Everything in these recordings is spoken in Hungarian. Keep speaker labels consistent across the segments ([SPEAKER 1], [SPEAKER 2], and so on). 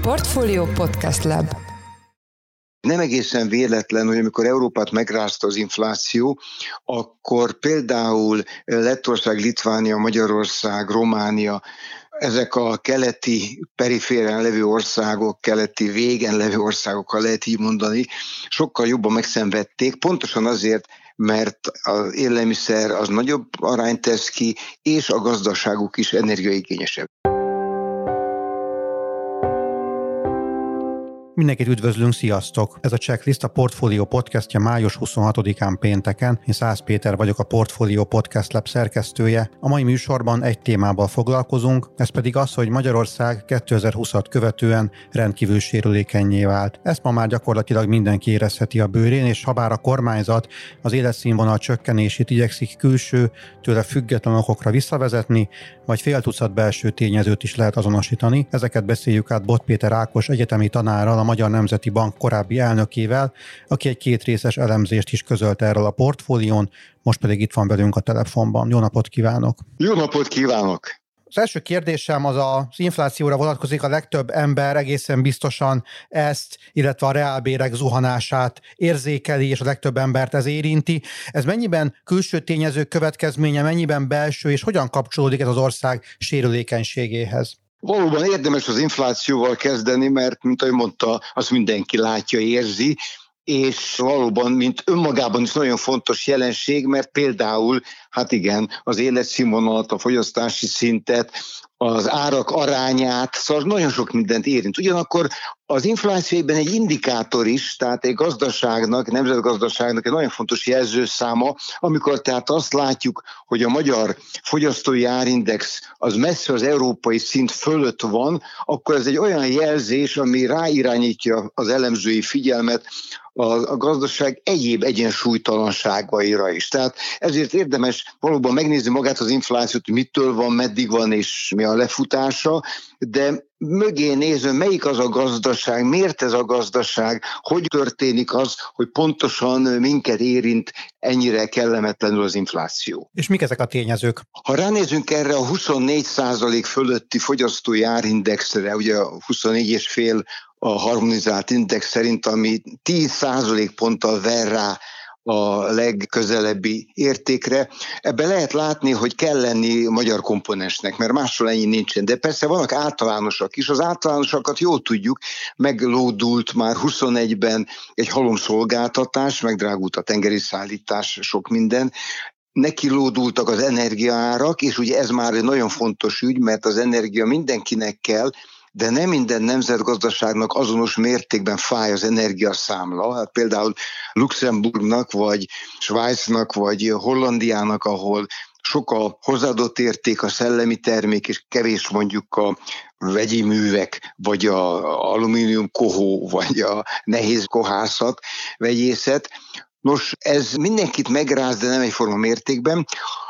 [SPEAKER 1] Portfolio Podcast Lab.
[SPEAKER 2] Nem egészen véletlen, hogy amikor Európát megrázta az infláció, akkor például Lettország, Litvánia, Magyarország, Románia, ezek a keleti periférián levő országok, keleti végen levő országok, ha lehet így mondani, sokkal jobban megszenvedték, pontosan azért, mert az élelmiszer az nagyobb arányt tesz ki, és a gazdaságuk is energiaigényesebb.
[SPEAKER 3] Mindenkit üdvözlünk, sziasztok! Ez a Checklist a Portfolio podcastja május 26-án pénteken. Én Szász Péter vagyok, a Portfolio Podcast Lab szerkesztője. A mai műsorban egy témával foglalkozunk, ez pedig az, hogy Magyarország 2020-at követően rendkívül sérülékennyé vált. Ezt ma már gyakorlatilag mindenki érezheti a bőrén, és habár a kormányzat az életszínvonal csökkenését igyekszik külső, tőle független okokra visszavezetni, vagy fél tucat belső tényezőt is lehet azonosítani. Ezeket beszéljük át Bot Péter Ákos egyetemi tanárral, a Magyar Nemzeti Bank korábbi elnökével, aki egy kétrészes elemzést is közölt erről a portfólión, most pedig itt van velünk a telefonban. Jó napot kívánok!
[SPEAKER 2] Jó napot kívánok!
[SPEAKER 3] Az első kérdésem az inflációra vonatkozik, a legtöbb ember egészen biztosan ezt, illetve a reálbérek zuhanását érzékeli, és a legtöbb embert ez érinti. Ez mennyiben külső tényezők következménye, mennyiben belső, és hogyan kapcsolódik ez az ország sérülékenységéhez?
[SPEAKER 2] Valóban érdemes az inflációval kezdeni, mert, mint ahogy mondta, azt mindenki látja, érzi, és valóban, mint önmagában is nagyon fontos jelenség, mert például, az életszínvonalat, a fogyasztási szintet, az árak arányát, szóval nagyon sok mindent érint. Ugyanakkor az inflációban egy indikátor is, tehát egy gazdaságnak, nemzetgazdaságnak egy nagyon fontos jelzőszáma, amikor tehát azt látjuk, hogy a magyar fogyasztói árindex az messze az európai szint fölött van, akkor ez egy olyan jelzés, ami ráirányítja az elemzői figyelmet a gazdaság egyéb egyensúlytalanságaira is. Tehát ezért érdemes valóban megnézni magát az inflációt, hogy mitől van, meddig van és mi a lefutása, de mögé nézve, melyik az a gazdaság, miért ez a gazdaság, hogy történik az, hogy pontosan minket érint ennyire kellemetlenül az infláció.
[SPEAKER 3] És mik ezek a tényezők?
[SPEAKER 2] Ha ránézünk erre a 24% fölötti fogyasztói árindexre, ugye a 24,5 a harmonizált index szerint, ami 10% ponttal ver rá a legközelebbi értékre. Ebben lehet látni, hogy kell lenni magyar komponensnek, mert máshol ennyi nincsen. De persze vannak általánosak is. Az általánosakat jól tudjuk, meglódult már 21-ben egy halomszolgáltatás, megdrágult a tengeri szállítás, sok minden. Neki lódultak az energiaárak, és ugye ez már egy nagyon fontos ügy, mert az energia mindenkinek kell, de nem minden nemzetgazdaságnak azonos mértékben fáj az energiaszámla. Hát például Luxemburgnak, vagy Svájcnak, vagy Hollandiának, ahol sok a hozzáadott érték, a szellemi termék, és kevés mondjuk a vegyi művek, vagy a alumínium kohó, vagy a nehéz kohászat, vegyészet. Nos, ez mindenkit megráz, de nem egyforma mértékben.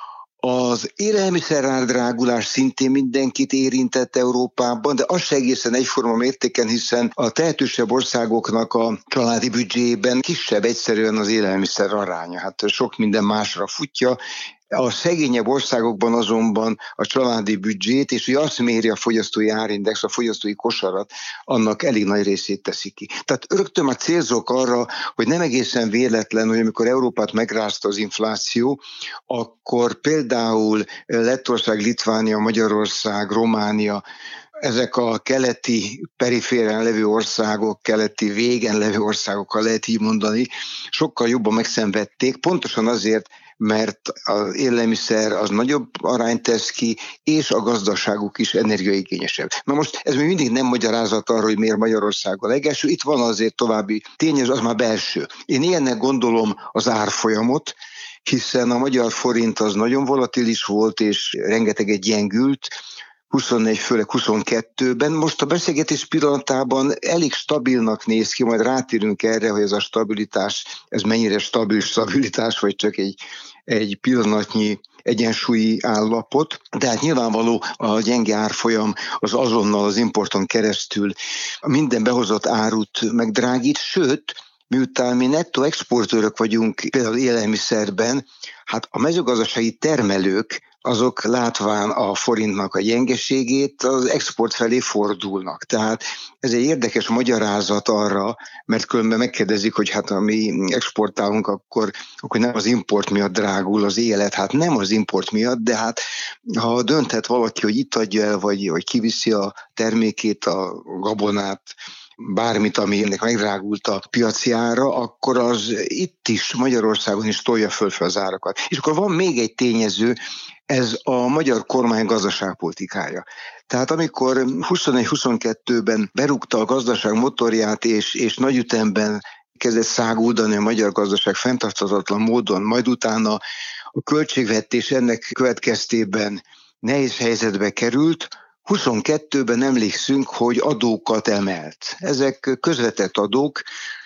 [SPEAKER 2] Az élelmiszerárdrágulás szintén mindenkit érintett Európában, de az se egészen egyforma mértéken, hiszen a tehetősebb országoknak a családi büdzséjében kisebb egyszerűen az élelmiszer aránya. Hát sok minden másra futja. A szegényebb országokban azonban a családi büdzsét, és ugye azt méri a fogyasztói árindex, a fogyasztói kosarat, annak elég nagy részét teszi ki. Tehát rögtön már célzok arra, hogy nem egészen véletlen, hogy amikor Európát megrázta az infláció, akkor például Lettország, Litvánia, Magyarország, Románia, ezek a keleti periférián levő országok, keleti végen levő országok, ha lehet így mondani, sokkal jobban megszenvedték, pontosan azért, mert az élelmiszer az nagyobb arányt tesz ki, és a gazdaságuk is energiaigényesebb. Na most ez még mindig nem magyarázat arra, hogy miért Magyarország a legelső. Itt van azért további tényező, az már belső. Én ilyennek gondolom az árfolyamot, hiszen a magyar forint az nagyon volatilis volt, és rengeteget gyengült, 24, főleg 22-ben. Most a beszélgetés pillanatában elég stabilnak néz ki, majd rátérünk erre, hogy ez a stabilitás, ez mennyire stabil stabilitás, vagy csak egy pillanatnyi egyensúlyi állapot, de hát nyilvánvaló a gyenge árfolyam az azonnal az importon keresztül minden behozott árut megdrágít, sőt, miután mi nettó exportőrök vagyunk például élelmiszerben, hát a mezőgazdasági termelők azok látván a forintnak a gyengeségét az export felé fordulnak. Tehát ez egy érdekes magyarázat arra, mert különben megkérdezik, hogy hát ha mi exportálunk, akkor nem az import miatt drágul az élet. Hát nem az import miatt, de hát ha dönthet valaki, hogy itt adja el, vagy kiviszi a termékét, a gabonát, bármit, ami ennek megdrágult a piaci ára, akkor az itt is, Magyarországon is tolja föl az árakat. És akkor van még egy tényező, ez a magyar kormány gazdaságpolitikája. Tehát amikor 21-22-ben berúgta a gazdaság motorját, és nagy ütemben kezdett száguldani a magyar gazdaság fenntarthatatlan módon, majd utána a költségvetés ennek következtében nehéz helyzetbe került, 22-ben emlékszünk, hogy adókat emelt. Ezek közvetett adók,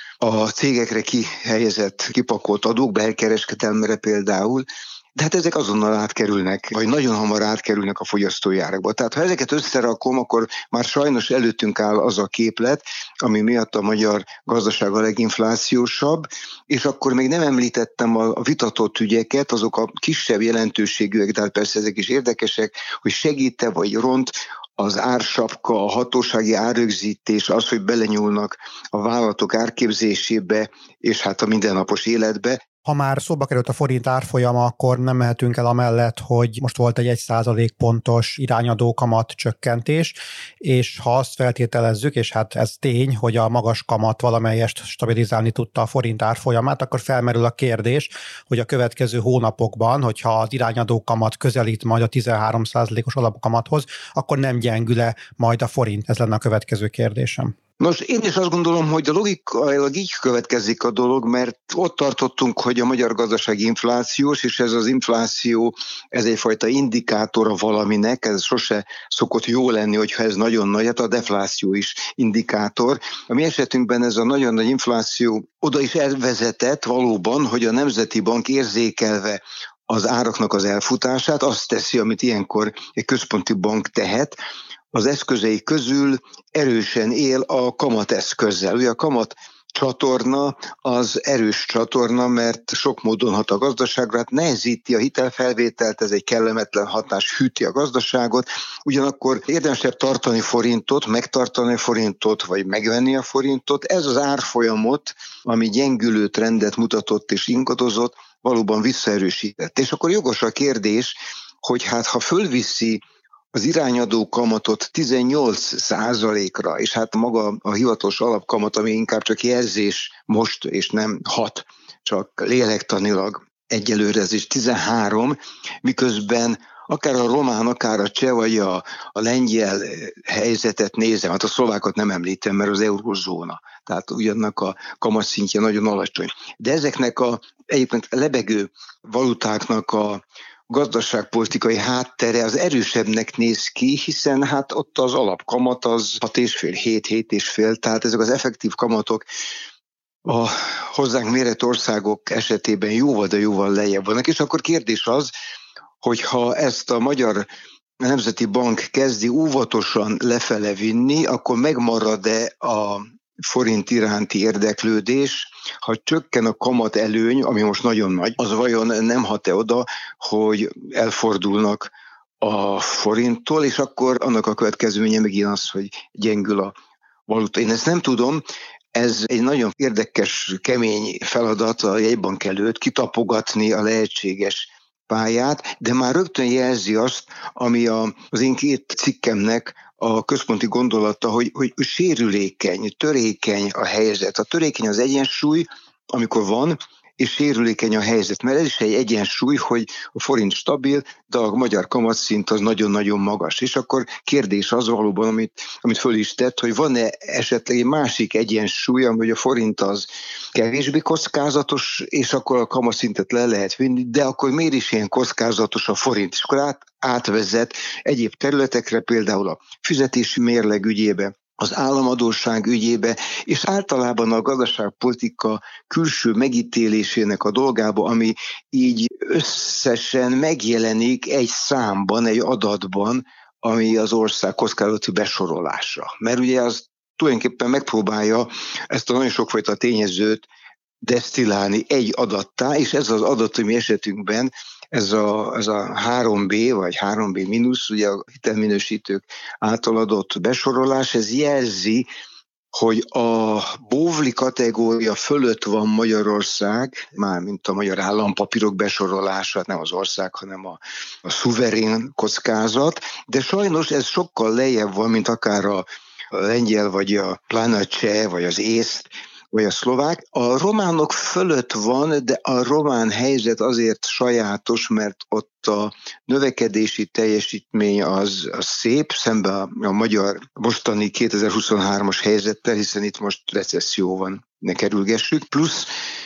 [SPEAKER 2] a cégekre kihelyezett, kipakolt adók, belkereskedelmre például, de hát ezek azonnal átkerülnek, vagy nagyon hamar átkerülnek a fogyasztói árakba. Tehát ha ezeket összerakom, akkor már sajnos előttünk áll az a képlet, ami miatt a magyar gazdaság a leginflációsabb, és akkor még nem említettem a vitatott ügyeket, azok a kisebb jelentőségűek, de hát persze ezek is érdekesek, hogy segít-e vagy ront az ársapka, a hatósági árrögzítés, az, hogy belenyúlnak a vállalatok árképzésébe, és hát a mindennapos életbe.
[SPEAKER 3] Ha már szóba került a forint árfolyama, akkor nem mehetünk el amellett, hogy most volt egy 1% pontos irányadó kamat csökkentés, és ha azt feltételezzük, és hát ez tény, hogy a magas kamat valamelyest stabilizálni tudta a forint árfolyamát, akkor felmerül a kérdés, hogy a következő hónapokban, hogyha az irányadó kamat közelít majd a 13%-os alapkamathoz, akkor nem gyengül-e majd a forint? Ez lenne a következő kérdésem.
[SPEAKER 2] Nos, én is azt gondolom, hogy a logikailag így következik a dolog, mert ott tartottunk, hogy a magyar gazdaság inflációs, és ez az infláció, ez egyfajta indikátora valaminek, ez sose szokott jó lenni, hogyha ez nagyon nagy, hát a defláció is indikátor. A mi esetünkben ez a nagyon nagy infláció oda is elvezetett valóban, hogy a Nemzeti Bank érzékelve az áraknak az elfutását, azt teszi, amit ilyenkor egy központi bank tehet, az eszközei közül erősen él a kamateszközzel. Ugye a kamat csatorna az erős csatorna, mert sok módon hat a gazdaságra, hát nehezíti a hitelfelvételt, ez egy kellemetlen hatás, hűti a gazdaságot, ugyanakkor érdemesebb tartani forintot, megtartani a forintot, vagy megvenni a forintot. Ez az árfolyamot, ami gyengülő trendet mutatott és ingadozott, valóban visszaerősített. És akkor jogos a kérdés, hogy hát ha fölviszi az irányadó kamatot 18%-ra, és hát maga a hivatalos alapkamat, ami inkább csak jelzés most, és nem 6, csak lélektanilag egyelőre ez is 13, miközben akár a román, akár a cseh, vagy a lengyel helyzetet nézem, hát a szlovákot nem említem, mert az eurózóna, tehát ugyannak a kamatszintje nagyon alacsony. De ezeknek egyébként lebegő valutáknak a gazdaságpolitikai háttere az erősebbnek néz ki, hiszen hát ott az alapkamat az 6,5-7,5, tehát ezek az effektív kamatok a hozzánk mérett országok esetében jóval, de jóval lejjebb vannak. És akkor kérdés az, hogyha ezt a Magyar Nemzeti Bank kezdi óvatosan lefele vinni, akkor megmarad-e a forint iránti érdeklődés, ha csökken a kamat előny, ami most nagyon nagy, az vajon nem hat-e oda, hogy elfordulnak a forinttól, és akkor annak a következménye megint az, hogy gyengül a valuta. Én ezt nem tudom, ez egy nagyon érdekes, kemény feladat a jegybank előtt, kitapogatni a lehetséges pályát, de már rögtön jelzi azt, ami az én 2 cikkemnek a központi gondolata, hogy sérülékeny, törékeny a helyzet. A törékeny az egyensúly, amikor van, és sérülékeny a helyzet. Mert ez is egy egyensúly, hogy a forint stabil, de a magyar kamatszint az nagyon-nagyon magas. És akkor kérdés az valóban, amit föl is tett, hogy van-e esetleg egy másik egyensúly, hogy a forint az kevésbé kockázatos, és akkor a kamatszintet le lehet vinni, de akkor miért is ilyen kockázatos a forint? És akkor átvezet egyéb területekre, például a fizetési mérleg ügyébe, az államadósság ügyébe, és általában a gazdaságpolitika külső megítélésének a dolgába, ami így összesen megjelenik egy számban, egy adatban, ami az ország kockázati besorolása. Mert ugye az tulajdonképpen megpróbálja ezt a nagyon sokfajta tényezőt desztillálni egy adattá, és ez az adat, ami esetünkben ez a 3B vagy 3B mínusz, ugye a hitelminősítők által adott besorolás, ez jelzi, hogy a bóvli kategória fölött van Magyarország, mármint a magyar állampapírok besorolása, nem az ország, hanem a szuverén kockázat, de sajnos ez sokkal lejjebb van, mint akár a lengyel, vagy pláne a cseh, vagy az észt, vagy a szlovák. A románok fölött van, de a román helyzet azért sajátos, mert ott a növekedési teljesítmény az szép, szemben a magyar mostani 2023-as helyzettel, hiszen itt most recesszió van, ne kerülgessük, plusz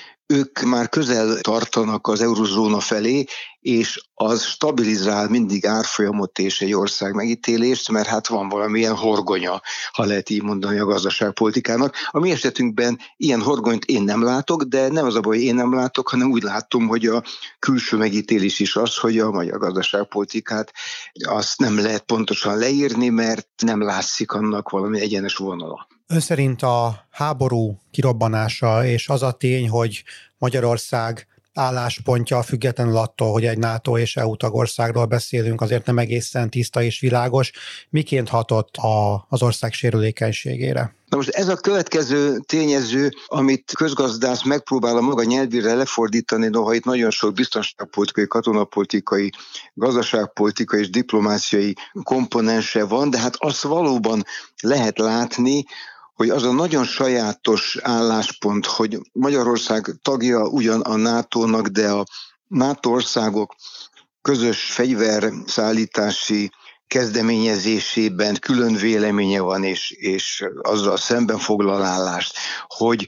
[SPEAKER 2] ők már közel tartanak az eurozóna felé, és az stabilizál mindig árfolyamot és egy ország megítélést, mert hát van valamilyen horgonya, ha lehet így mondani a gazdaságpolitikának. A mi esetünkben ilyen horgonyt én nem látok, de nem az a baj, hogy én nem látok, hanem úgy látom, hogy a külső megítélés is az, hogy a magyar gazdaságpolitikát azt nem lehet pontosan leírni, mert nem látszik annak valami egyenes vonala.
[SPEAKER 3] Ön szerint a háború kirobbanása és az a tény, hogy Magyarország álláspontja függetlenül attól, hogy egy NATO és EU tagországról beszélünk, azért nem egészen tiszta és világos, miként hatott az ország sérülékenységére?
[SPEAKER 2] Na most ez a következő tényező, amit közgazdász megpróbál a maga nyelvére lefordítani, noha itt nagyon sok biztonságpolitikai, katonapolitikai, gazdaságpolitikai és diplomáciai komponense van, de hát azt valóban lehet látni, hogy az a nagyon sajátos álláspont, hogy Magyarország tagja ugyan a NATO-nak, de a NATO országok közös fegyverszállítási kezdeményezésében külön véleménye van, és azzal szemben foglal állást, hogy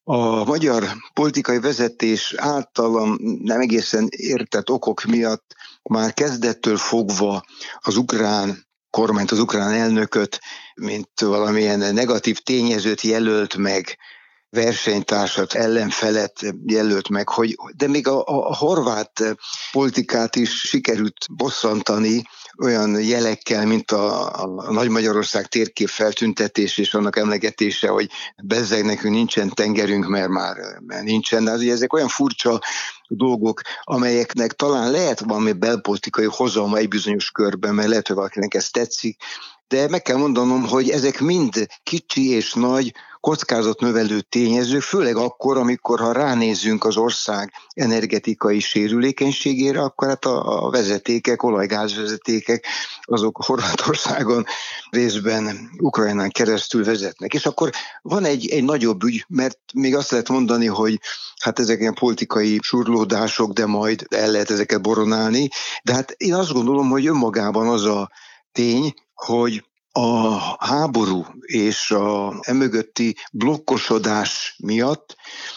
[SPEAKER 2] a magyar politikai vezetés általam nem egészen értett okok miatt már kezdettől fogva az ukrán kormányt, az ukrán elnököt, mint valamilyen negatív tényezőt jelölt meg, versenytársat, ellenfelet jelölt meg, de még a horvát politikát is sikerült bosszantani olyan jelekkel, mint a Nagy Magyarország térkép feltüntetés és annak emlegetése, hogy bezzeg nekünk nincsen tengerünk, mert nincsen. De azért ezek olyan furcsa dolgok, amelyeknek talán lehet valami belpolitikai hozalma egy bizonyos körben, mert lehet, hogy valakinek ez tetszik, de meg kell mondanom, hogy ezek mind kicsi és nagy kockázatnövelő tényezők, főleg akkor, amikor ha ránézzünk az ország energetikai sérülékenységére, akkor hát a vezetékek, olajgázvezetékek, azok Horvátországon részben Ukrajnán keresztül vezetnek. És akkor van egy nagyobb ügy, mert még azt lehet mondani, hogy hát ezek ilyen politikai surlódások, de majd el lehet ezeket boronálni, de hát én azt gondolom, hogy önmagában az a tény, hogy a háború és emögötti blokkosodás miatt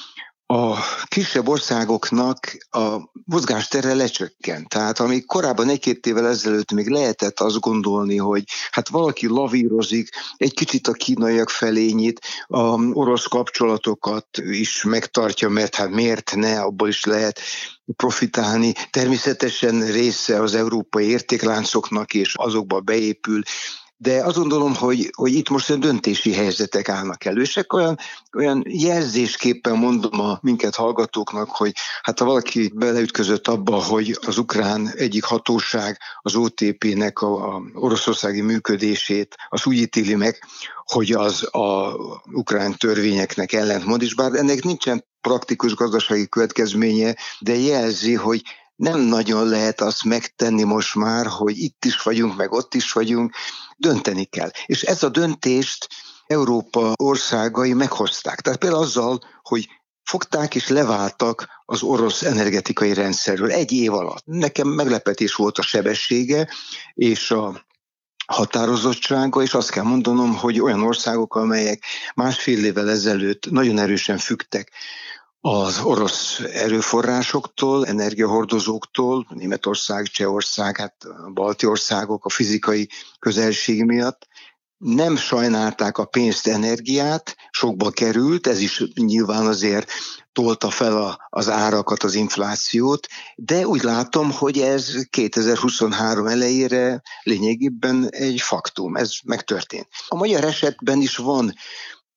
[SPEAKER 2] a kisebb országoknak a mozgástere lecsökkent. Tehát amíg korábban 1-2 évvel ezelőtt még lehetett azt gondolni, hogy hát valaki lavírozik, egy kicsit a kínaiak felé nyit, a orosz kapcsolatokat is megtartja, mert hát miért ne, abból is lehet profitálni. Természetesen része az európai értékláncoknak, és azokba beépül, de azt gondolom, hogy itt most döntési helyzetek állnak elő, és olyan jelzésképpen mondom a minket hallgatóknak, hogy hát ha valaki beleütközött abba, hogy az ukrán egyik hatóság az OTP-nek a oroszországi működését, az úgy ítéli meg, hogy az a ukrán törvényeknek ellentmond, és bár ennek nincsen praktikus gazdasági következménye, de jelzi, hogy nem nagyon lehet azt megtenni most már, hogy itt is vagyunk, meg ott is vagyunk, dönteni kell. És ezt a döntést Európa országai meghozták. Tehát például azzal, hogy fogták és leváltak az orosz energetikai rendszerről 1 év alatt. Nekem meglepetés volt a sebessége és a határozottsága, és azt kell mondanom, hogy olyan országok, amelyek 1,5 évvel ezelőtt nagyon erősen függtek az orosz erőforrásoktól, energiahordozóktól, Németország, Csehország, hát a balti országok a fizikai közelség miatt, nem sajnálták a pénzt, energiát, sokba került, ez is nyilván azért tolta fel az árakat, az inflációt, de úgy látom, hogy ez 2023 elejére lényegében egy faktum, ez megtörtént. A magyar esetben is van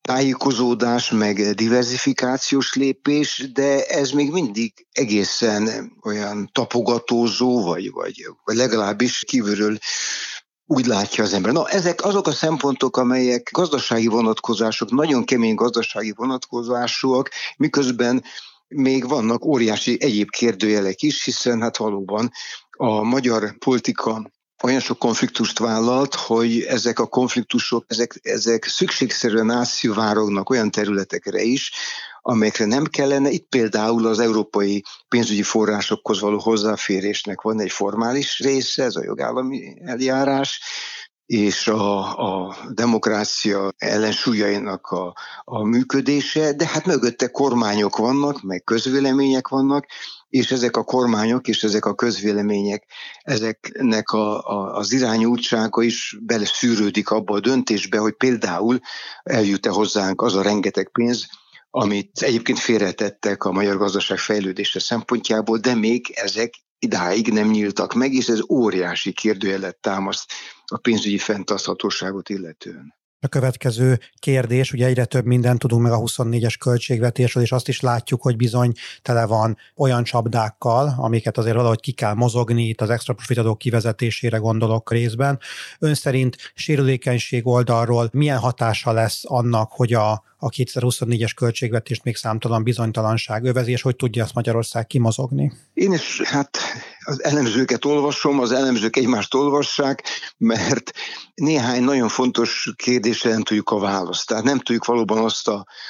[SPEAKER 2] tájékozódás, meg diversifikációs lépés, de ez még mindig egészen olyan tapogatózó, vagy legalábbis kívülről úgy látja az ember. Na, ezek azok a szempontok, amelyek gazdasági vonatkozások, nagyon kemény gazdasági vonatkozásúak, miközben még vannak óriási egyéb kérdőjelek is, hiszen hát valóban a magyar politika olyan sok konfliktust vállalt, hogy ezek a konfliktusok, ezek szükségszerűen átszivárognak olyan területekre is, amelyekre nem kellene. Itt például az európai pénzügyi forrásokhoz való hozzáférésnek van egy formális része, ez a jogállami eljárás, és a demokrácia ellensúlyainak a működése, de hát mögötte kormányok vannak, meg közvélemények vannak, és ezek a kormányok és ezek a közvélemények, ezeknek az irányultsága is beleszűrődik abba a döntésbe, hogy például eljut-e hozzánk az a rengeteg pénz, amit egyébként félretettek a magyar gazdaság fejlődése szempontjából, de még ezek idáig nem nyíltak meg, és ez óriási kérdőjelet támaszt a pénzügyi fenntarthatóságot illetően.
[SPEAKER 3] A következő kérdés, ugye egyre több mindent tudunk meg a 24-es költségvetésről, és azt is látjuk, hogy bizony tele van olyan csapdákkal, amiket azért valahogy ki kell mozogni, itt az extra profitadók kivezetésére gondolok részben. Ön szerint sérülékenység oldalról milyen hatása lesz annak, hogy a 2024-es költségvetést még számtalan bizonytalanság övezi, és hogy tudja ezt Magyarország kimozogni?
[SPEAKER 2] Én is az elemzőket olvasom, az elemzők egymást olvassák, mert néhány nagyon fontos kérdésre nem tudjuk a választ. Tehát nem tudjuk valóban azt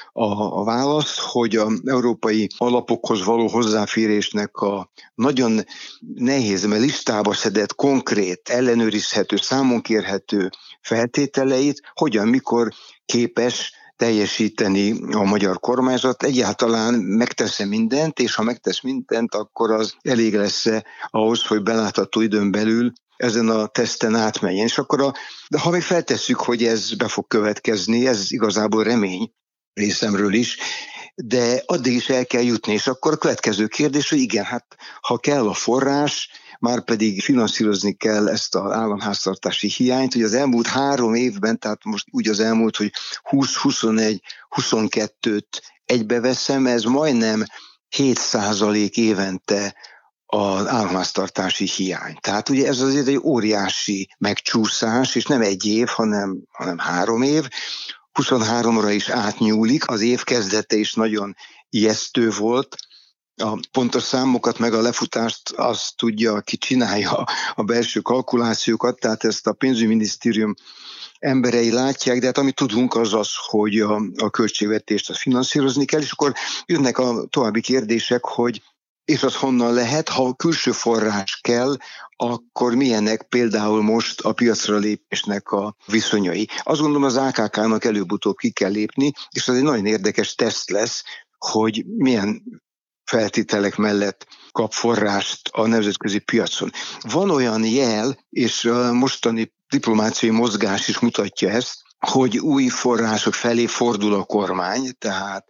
[SPEAKER 2] a választ, hogy az európai alapokhoz való hozzáférésnek a nagyon nehéz, mert listába szedett, konkrét, ellenőrizhető, számon kérhető feltételeit hogyan, mikor képes teljesíteni a magyar kormányzat, egyáltalán megtesz mindent, és ha megtesz mindent, akkor az elég lesz ahhoz, hogy belátható időn belül ezen a teszten átmenjen. És akkor de ha még feltesszük, hogy ez be fog következni, ez igazából remény részemről is, de addig is el kell jutni. És akkor a következő kérdés, hogy igen, hát ha kell a forrás, már pedig finanszírozni kell ezt az államháztartási hiányt, hogy az elmúlt 3 évben, tehát most úgy az elmúlt, hogy 20, 21, 22-t egybeveszem, ez majdnem 7% évente az államháztartási hiány. Tehát ugye ez azért egy óriási megcsúszás, és nem 1 év, hanem 3 év. 23-ra is átnyúlik, az év kezdete is nagyon ijesztő volt. A pontos számokat meg a lefutást azt tudja, aki csinálja a belső kalkulációkat, tehát ezt a pénzügyminisztérium emberei látják, de hát amit tudunk az az, hogy a költségvetést azt finanszírozni kell, és akkor jönnek a további kérdések, hogy és az honnan lehet, ha külső forrás kell, akkor milyenek például most a piacra lépésnek a viszonyai. Azt gondolom az AKK-nak előbb-utóbb ki kell lépni, és ez egy nagyon érdekes teszt lesz, hogy milyen feltételek mellett kap forrást a nemzetközi piacon. Van olyan jel, és a mostani diplomáciai mozgás is mutatja ezt, hogy új források felé fordul a kormány, tehát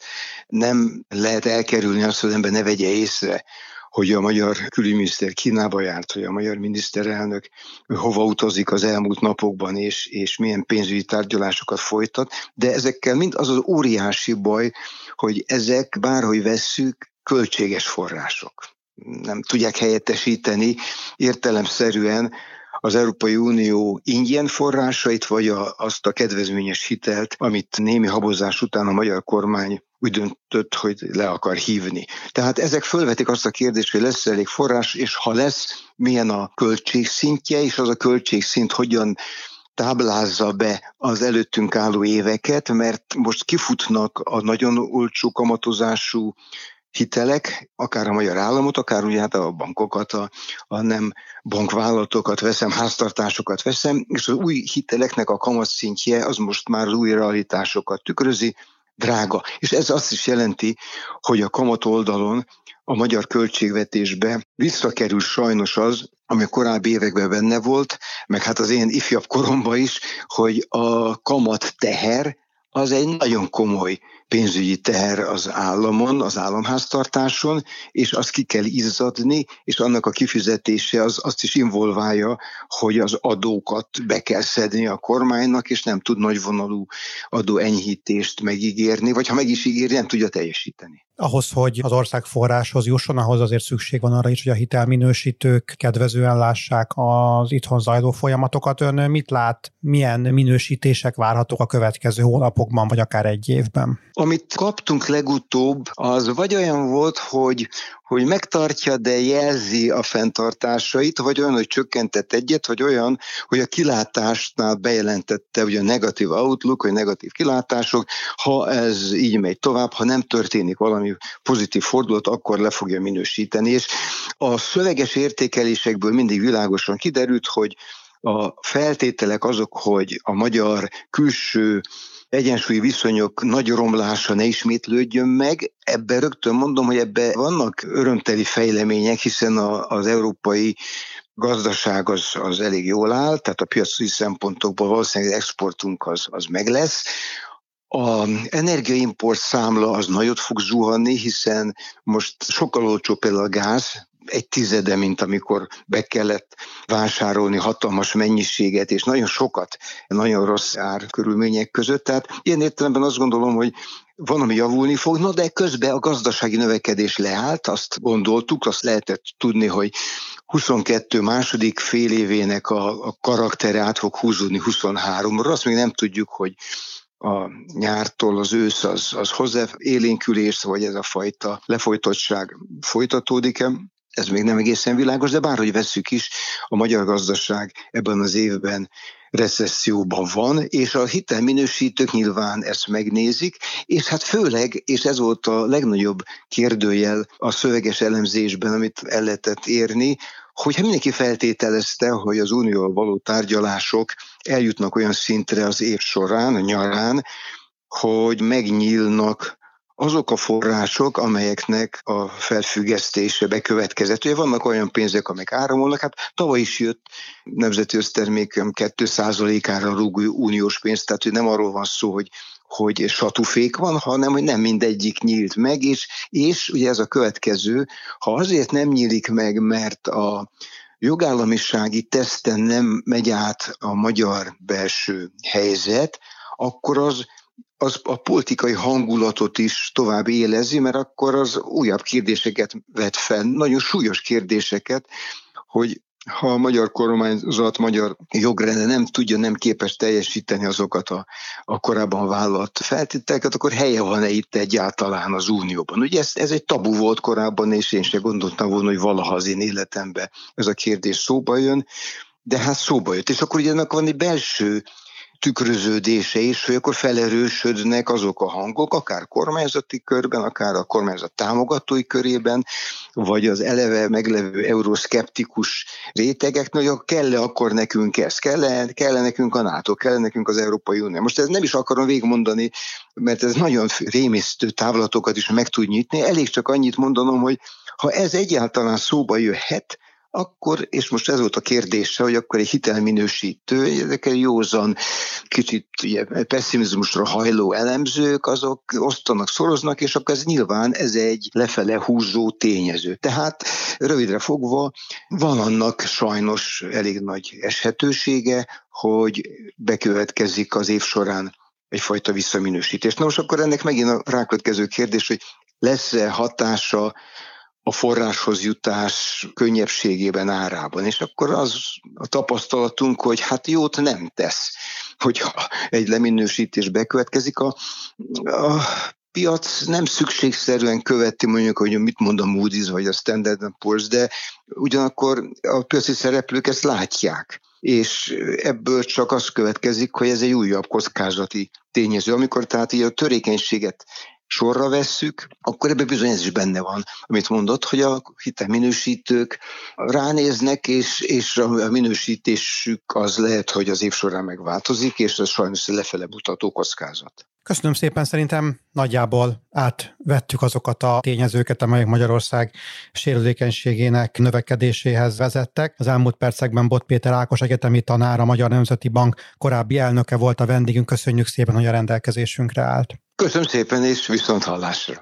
[SPEAKER 2] nem lehet elkerülni azt, hogy az ember ne vegye észre, hogy a magyar külügyminiszter Kínába járt, hogy a magyar miniszterelnök hova utazik az elmúlt napokban, és milyen pénzügyi tárgyalásokat folytat, de ezekkel mind az az óriási baj, hogy ezek bárhogy vesszük, költséges források. Nem tudják helyettesíteni értelemszerűen az Európai Unió ingyen forrásait, vagy azt a kedvezményes hitelt, amit némi habozás után a magyar kormány úgy döntött, hogy le akar hívni. Tehát ezek fölvetik azt a kérdést, hogy lesz elég forrás, és ha lesz, milyen a költségszintje, és az a költségszint hogyan táblázza be az előttünk álló éveket, mert most kifutnak a nagyon olcsó kamatozású hitelek, akár a magyar államot, akár ugye hát a bankokat, a nem bankvállalatokat veszem, háztartásokat veszem, és az új hiteleknek a kamatszintje az most már az új realitásokat tükrözi, drága. És ez azt is jelenti, hogy a kamat oldalon a magyar költségvetésbe visszakerül sajnos az, ami a korábbi években benne volt, meg hát az én ifjabb koromban is, hogy a kamat teher az egy nagyon komoly pénzügyi teher az államon, az államháztartáson, és azt ki kell izzadni, és annak a kifizetése azt is involválja, hogy az adókat be kell szedni a kormánynak, és nem tud nagyvonalú adóenyhítést megígérni, vagy ha meg is ígéri, nem tudja teljesíteni.
[SPEAKER 3] Ahhoz, hogy az ország forráshoz jusson, ahhoz azért szükség van arra is, hogy a hitelminősítők kedvezően lássák az itthon zajló folyamatokat. Ön mit lát, milyen minősítések várhatók a következő hónapokban, vagy akár egy évben?
[SPEAKER 2] Amit kaptunk legutóbb, az vagy olyan volt, hogy megtartja, de jelzi a fenntartásait, vagy olyan, hogy csökkentett egyet, vagy olyan, hogy a kilátásnál bejelentette, hogy a negatív outlook, vagy negatív kilátások, ha ez így megy tovább, ha nem történik valami pozitív fordulat, akkor le fogja minősíteni. És a szöveges értékelésekből mindig világosan kiderült, hogy a feltételek azok, hogy a magyar külső egyensúlyi viszonyok nagy romlása ne ismétlődjön meg. Ebben rögtön mondom, hogy ebben vannak örömteli fejlemények, hiszen az európai gazdaság az elég jól áll, tehát a piaci szempontokból valószínűleg exportunk az meg lesz. Az energiaimport számla az nagyot fog zuhanni, hiszen most sokkal olcsóbb például a gáz, 1/10, mint amikor be kellett vásárolni hatalmas mennyiséget, és nagyon sokat, nagyon rossz árkörülmények között. Tehát ilyen értelemben azt gondolom, hogy van, ami javulni fog, de közben a gazdasági növekedés leállt, azt gondoltuk, azt lehetett tudni, hogy 22 második fél évének a karaktere át fog húzódni 23-ra, azt még nem tudjuk, hogy a nyártól az ősz az hozzá élénkülés, vagy ez a fajta lefolytottság folytatódik-e. Ez még nem egészen világos, de bárhogy vesszük is, a magyar gazdaság ebben az évben recesszióban van, és a hitelminősítők nyilván ezt megnézik, és hát főleg, és ez volt a legnagyobb kérdőjel a szöveges elemzésben, amit el lehetett érni, hogyha mindenki feltételezte, hogy az unióval való tárgyalások eljutnak olyan szintre az év során, a nyarán, hogy megnyílnak azok a források, amelyeknek a felfüggesztése bekövetkezett. Ugye vannak olyan pénzek, amelyek áramolnak, hát tavaly is jött nemzeti össztermékem 2%-ára rúgó uniós pénz, tehát nem arról van szó, hogy satufék van, hanem hogy nem mindegyik nyílt meg, és ugye ez a következő, ha azért nem nyílik meg, mert a jogállamisági teszten nem megy át a magyar belső helyzet, akkor az a politikai hangulatot is tovább élezi, mert akkor az újabb kérdéseket vet fel, nagyon súlyos kérdéseket, hogy ha a magyar kormányzat, magyar jogrend nem képes teljesíteni azokat a korábban vállalt feltételeket, akkor helye van-e itt egyáltalán az unióban? Ugye ez egy tabu volt korábban, és én sem gondoltam volna, hogy valaha az én életemben ez a kérdés szóba jön, de hát szóba jött. És akkor ugye ennek van egy belső tükröződése is, hogy akkor felerősödnek azok a hangok, akár kormányzati körben, akár a kormányzat támogatói körében, vagy az eleve meglevő euroszkeptikus rétegeknek, hogy kell-e akkor nekünk ez, kell-e nekünk a NATO, kell-e nekünk az Európai Unió. Most ez nem is akarom végigmondani, mert ez nagyon rémisztő távlatokat is meg tud nyitni, elég csak annyit mondanom, hogy ha ez egyáltalán szóba jöhet, akkor, és most ez volt a kérdése, hogy akkor egy hitelminősítő, ezek egy józan, kicsit ugye, pessimizmusra hajló elemzők, azok osztanak, szoroznak, és akkor nyilván ez egy lefele húzó tényező. Tehát rövidre fogva van annak sajnos elég nagy eshetősége, hogy bekövetkezik az év során egyfajta visszaminősítés. Na most akkor ennek megint a rákövetkező kérdés, hogy lesz-e hatása a forráshoz jutás könnyebbségében, árában. És akkor az a tapasztalatunk, hogy hát jót nem tesz, hogyha egy leminősítés bekövetkezik. A piac nem szükségszerűen követi, mondjuk, hogy mit mond a Moody's vagy a Standard & Poor's, de ugyanakkor a piaci szereplők ezt látják. És ebből csak az következik, hogy ez egy újabb kockázati tényező. Amikor tehát így a törékenységet sorra vesszük, akkor ebben bizony ez is benne van, amit mondott, hogy a hitelminősítők ránéznek, és a minősítésük az lehet, hogy az év során megváltozik, és ez sajnos lefele mutató kockázat.
[SPEAKER 3] Köszönöm szépen, szerintem nagyjából átvettük azokat a tényezőket, amelyek Magyarország sérülékenységének növekedéséhez vezettek. Az elmúlt percekben Bot Péter Ákos egyetemi tanár, a Magyar Nemzeti Bank korábbi elnöke volt a vendégünk. Köszönjük szépen, hogy a rendelkezésünkre állt.
[SPEAKER 2] Köszönöm szépen, és viszont hallásra.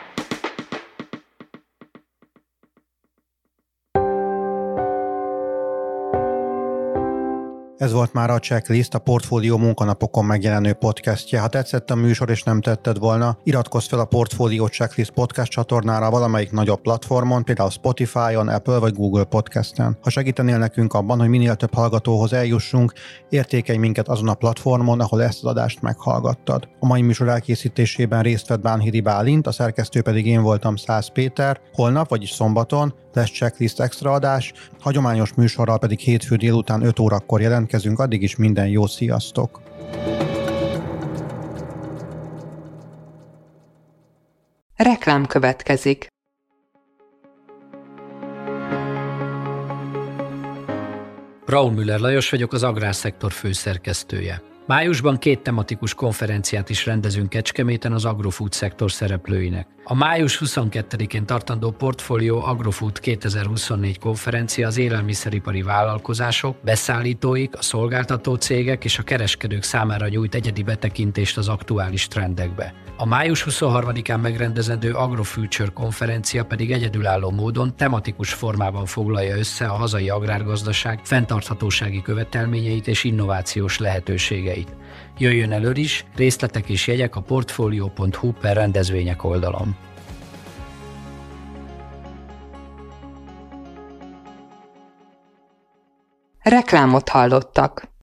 [SPEAKER 3] Ez volt már a Checklist, a Portfólió munkanapokon megjelenő podcastje. Ha tetszett a műsor és nem tetted volna, iratkozz fel a Portfólió Checklist podcast csatornára valamelyik nagyobb platformon, például Spotify-on, Apple vagy Google Podcasten. Ha segítenél nekünk abban, hogy minél több hallgatóhoz eljussunk, értékelj minket azon a platformon, ahol ezt az adást meghallgattad. A mai műsor elkészítésében részt vett Bánhidi Bálint, a szerkesztő pedig én voltam, Szász Péter. Holnap, vagyis szombaton lesz Checklist extra adás, hagyományos műsorral pedig hétfő délután 5 órakor jelentkezünk, addig is minden jó, sziasztok!
[SPEAKER 1] Reklám következik.
[SPEAKER 4] Braun Müller Lajos vagyok, az Agrárszektor főszerkesztője. Májusban 2 tematikus konferenciát is rendezünk Kecskeméten az agrofood szektor szereplőinek. A május 22-én tartandó Portfolio Agrofood 2024 konferencia az élelmiszeripari vállalkozások, beszállítóik, a szolgáltató cégek és a kereskedők számára nyújt egyedi betekintést az aktuális trendekbe. A május 23-án megrendezendő AgroFuture konferencia pedig egyedülálló módon tematikus formában foglalja össze a hazai agrárgazdaság fenntarthatósági követelményeit és innovációs lehetőségeit. Jöjjön elő is, részletek és jegyek a portfolio.hu/rendezvények oldalon.
[SPEAKER 1] Reklámot hallottak.